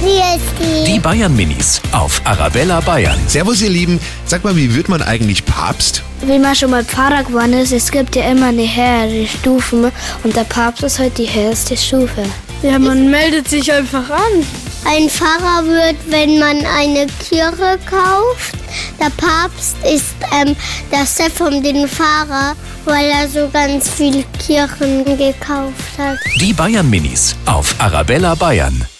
Die Bayern Minis auf Arabella Bayern. Servus ihr Lieben, sag mal, wie wird man eigentlich Papst? Wenn man schon mal Pfarrer geworden ist, es gibt ja immer eine höhere Stufe und der Papst ist halt die höchste Stufe. Ja, man meldet sich einfach an. Ein Pfarrer wird, wenn man eine Kirche kauft. Der Papst ist der Chef von den Pfarrer, weil er so ganz viele Kirchen gekauft hat. Die Bayern Minis auf Arabella Bayern.